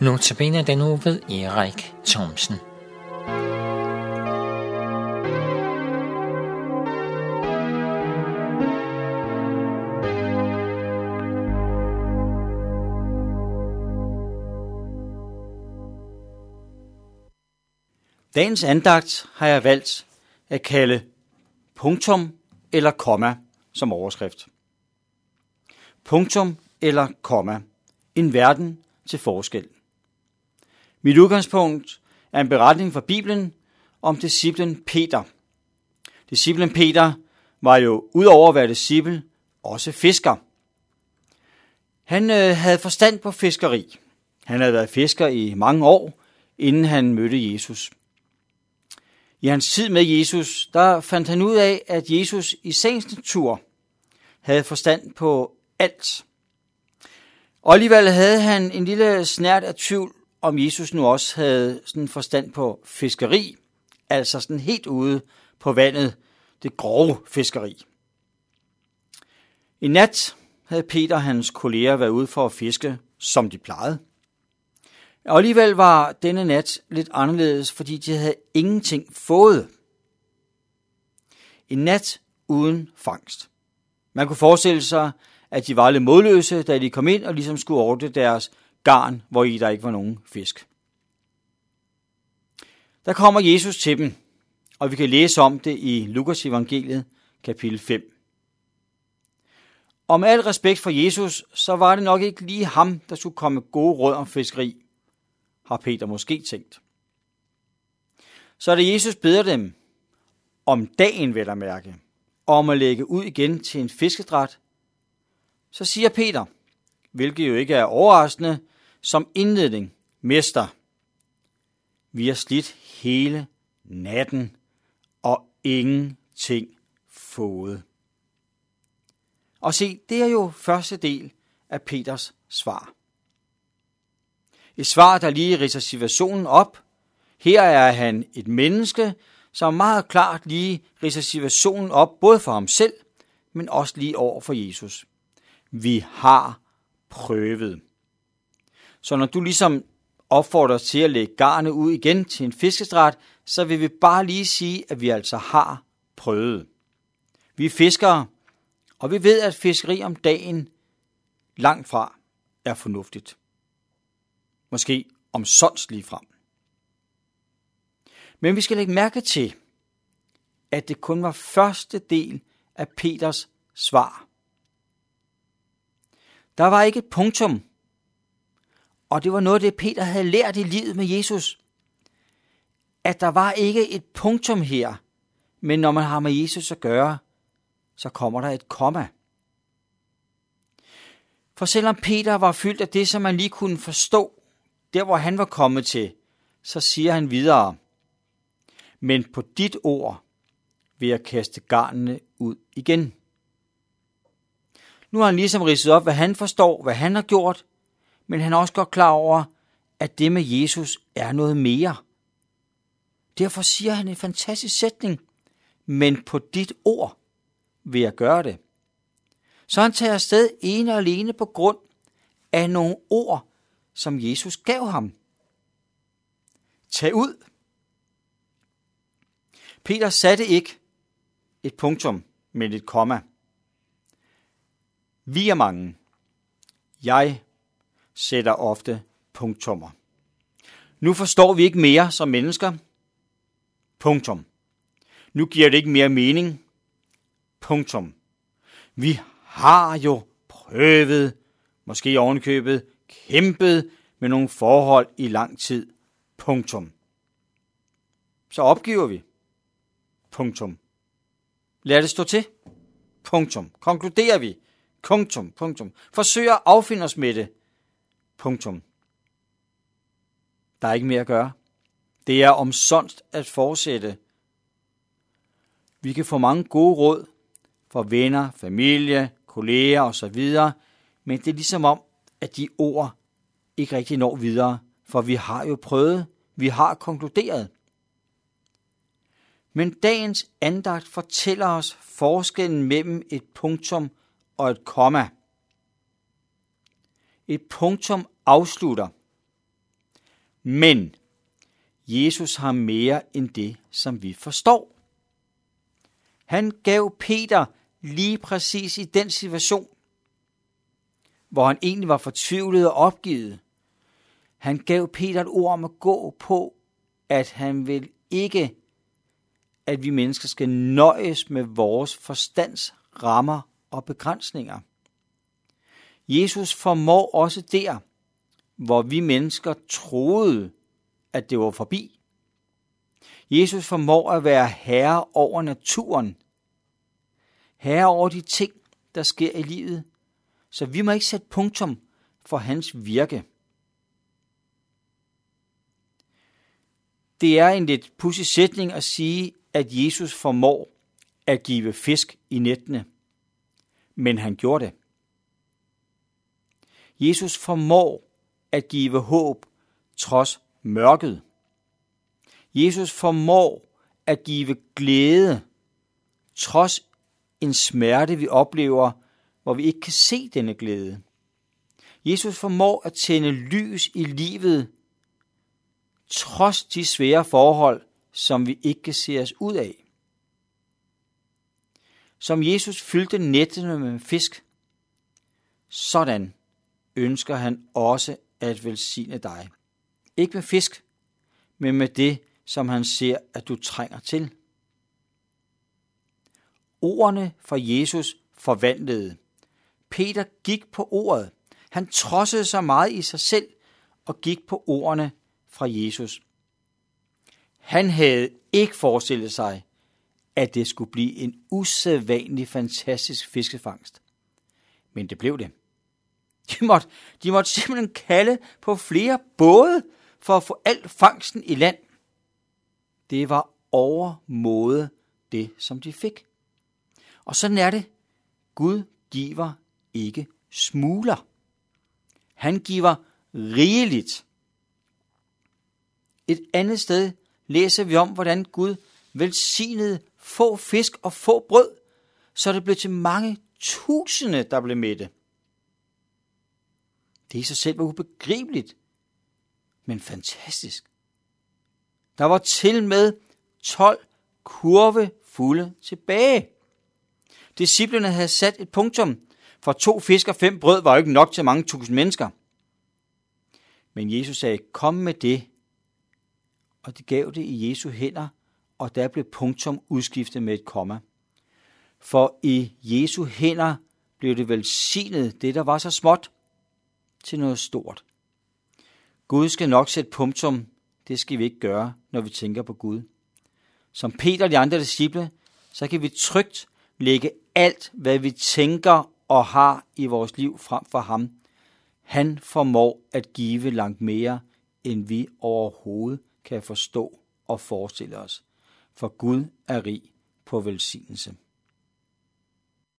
Notabene den uge ved Erik Thomsen. Dagens andagt har jeg valgt at kalde punktum eller komma som overskrift. Punktum eller komma. En verden til forskel. Mit udgangspunkt er en beretning fra Bibelen om disciplen Peter. Disciplen Peter var jo udover at være disciple også fisker. Han havde forstand på fiskeri. Han havde været fisker i mange år, inden han mødte Jesus. I hans tid med Jesus, der fandt han ud af, at Jesus i sagens natur havde forstand på alt. Og alligevel havde han en lille snert af tvivl, om Jesus nu også havde sådan forstand på fiskeri, altså sådan helt ude på vandet, det grove fiskeri. En nat havde Peter og hans kolleger været ude for at fiske, som de plejede. Og alligevel var denne nat lidt anderledes, fordi de havde ingenting fået. En nat uden fangst. Man kunne forestille sig, at de var lidt modløse, da de kom ind og ligesom skulle ordne deres garn, hvor i der ikke var nogen fisk. Der kommer Jesus til dem, og vi kan læse om det i Lukas evangeliet, kapitel 5. Og med al respekt for Jesus, så var det nok ikke lige ham, der skulle komme gode råd om fiskeri, har Peter måske tænkt. Så da Jesus beder dem, om dagen vel at mærke, om at lægge ud igen til en fiskedræt, så siger Peter, hvilket jo ikke er overraskende, som indledning, mester, vi har slidt hele natten og ingenting fået. Og se, det er jo første del af Peters svar. Et svar, der lige ridser situationen op. Her er han et menneske, som meget klart lige ridser situationen op, både for ham selv, men også lige over for Jesus. Vi har prøvet. Så når du ligesom opfordrer til at lægge garnet ud igen til en fiskestræt, så vil vi bare lige sige, at vi altså har prøvet. Vi er fiskere, og vi ved, at fiskeri om dagen langt fra er fornuftigt. Måske omsonst lige frem. Men vi skal lægge mærke til, at det kun var første del af Peters svar. Der var ikke et punktum, og det var noget af det, Peter havde lært i livet med Jesus. At der var ikke et punktum her, men når man har med Jesus at gøre, så kommer der et komma. For selvom Peter var fyldt af det, som man lige kunne forstå, der hvor han var kommet til, så siger han videre, men på dit ord vil jeg kaste garnene ud igen. Nu har han ligesom ridset op, hvad han forstår, hvad han har gjort, men han er også godt klar over, at det med Jesus er noget mere. Derfor siger han en fantastisk sætning, men på dit ord vil jeg gøre det. Så han tager afsted ene og alene på grund af nogle ord, som Jesus gav ham. Tag ud. Peter satte ikke et punktum, men et komma. Vi er mange. Jeg sætter ofte punktummer. Nu forstår vi ikke mere som mennesker. Punktum. Nu giver det ikke mere mening. Punktum. Vi har jo prøvet, måske ovenikøbet, kæmpet med nogle forhold i lang tid. Punktum. Så opgiver vi. Punktum. Lad det stå til. Punktum. Konkluderer vi. Punktum. Punktum. Forsøger at affinde os med det. Punktum. Der er ikke mere at gøre. Det er omsonst at fortsætte. Vi kan få mange gode råd fra venner, familie, kolleger osv., men det er ligesom om, at de ord ikke rigtig når videre, for vi har jo prøvet, vi har konkluderet. Men dagens andagt fortæller os forskellen mellem et punktum og et komma. Et punktum afslutter, Men Jesus har mere end det, som vi forstår. Han gav Peter lige præcis i den situation, hvor han egentlig var fortvivlet og opgivet. Han gav Peter et ord om at gå på, at han vil ikke, at vi mennesker skal nøjes med vores forstands rammer og begrænsninger. Jesus formår også der, hvor vi mennesker troede, at det var forbi. Jesus formår at være herre over naturen, herre over de ting, der sker i livet, så vi må ikke sætte punktum for hans virke. Det er en lidt pudsig sætning at sige, at Jesus formår at give fisk i nettene, men han gjorde det. Jesus formår at give håb trods mørket. Jesus formår at give glæde trods en smerte, vi oplever, hvor vi ikke kan se denne glæde. Jesus formår at tænde lys i livet trods de svære forhold, som vi ikke kan se os ud af. Som Jesus fyldte nettene med fisk, sådan ønsker han også at velsigne dig. Ikke med fisk, men med det, som han ser, at du trænger til. Ordene fra Jesus forvandlede. Peter gik på ordet. Han trodsede så meget i sig selv og gik på ordene fra Jesus. Han havde ikke forestillet sig, at det skulle blive en usædvanlig fantastisk fiskefangst. Men det blev det. De måtte simpelthen kalde på flere både for at få al fangsten i land. Det var overmåde det, som de fik. Og sådan er det. Gud giver ikke smugler. Han giver rigeligt. Et andet sted læser vi om, hvordan Gud velsignede få fisk og få brød, så det blev til mange tusinde, der blev mætte. Det i sig selv var ubegribeligt, men fantastisk. Der var til med 12 kurve fulde tilbage. Disciplene havde sat et punktum, for 2 fisk og 5 brød var jo ikke nok til mange tusind mennesker. Men Jesus sagde, kom med det, og de gav det i Jesu hænder, og der blev punktum udskiftet med et komma. For i Jesu hænder blev det velsignet, det der var så småt, til noget stort. Gud skal nok sætte punktum, det skal vi ikke gøre, når vi tænker på Gud. Som Peter og de andre disciple, så kan vi trygt lægge alt, hvad vi tænker og har i vores liv frem for ham. Han formår at give langt mere, end vi overhovedet kan forstå og forestille os. For Gud er rig på velsignelse.